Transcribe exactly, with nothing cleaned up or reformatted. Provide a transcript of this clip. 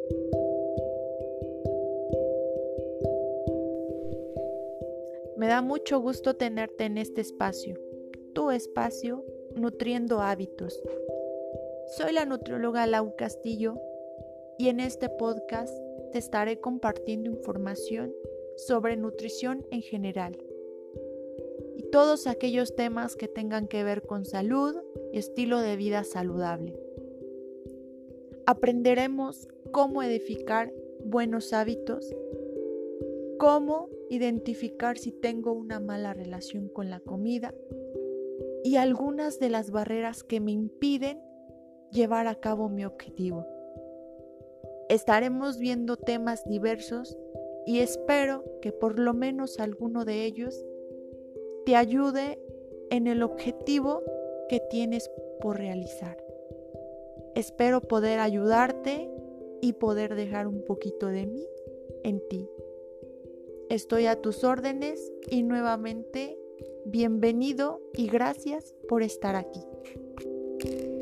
Me da mucho gusto tenerte en este espacio, tu espacio Nutriendo Hábitos. Soy la nutrióloga Lau Castillo y en este podcast te estaré compartiendo información sobre nutrición en general y todos aquellos temas que tengan que ver con salud y estilo de vida saludable. Aprenderemos cómo edificar buenos hábitos, cómo identificar si tengo una mala relación con la comida y algunas de las barreras que me impiden llevar a cabo mi objetivo. Estaremos viendo temas diversos y espero que por lo menos alguno de ellos te ayude en el objetivo que tienes por realizar. Espero poder ayudarte y poder dejar un poquito de mí en ti. Estoy a tus órdenes y nuevamente bienvenido y gracias por estar aquí.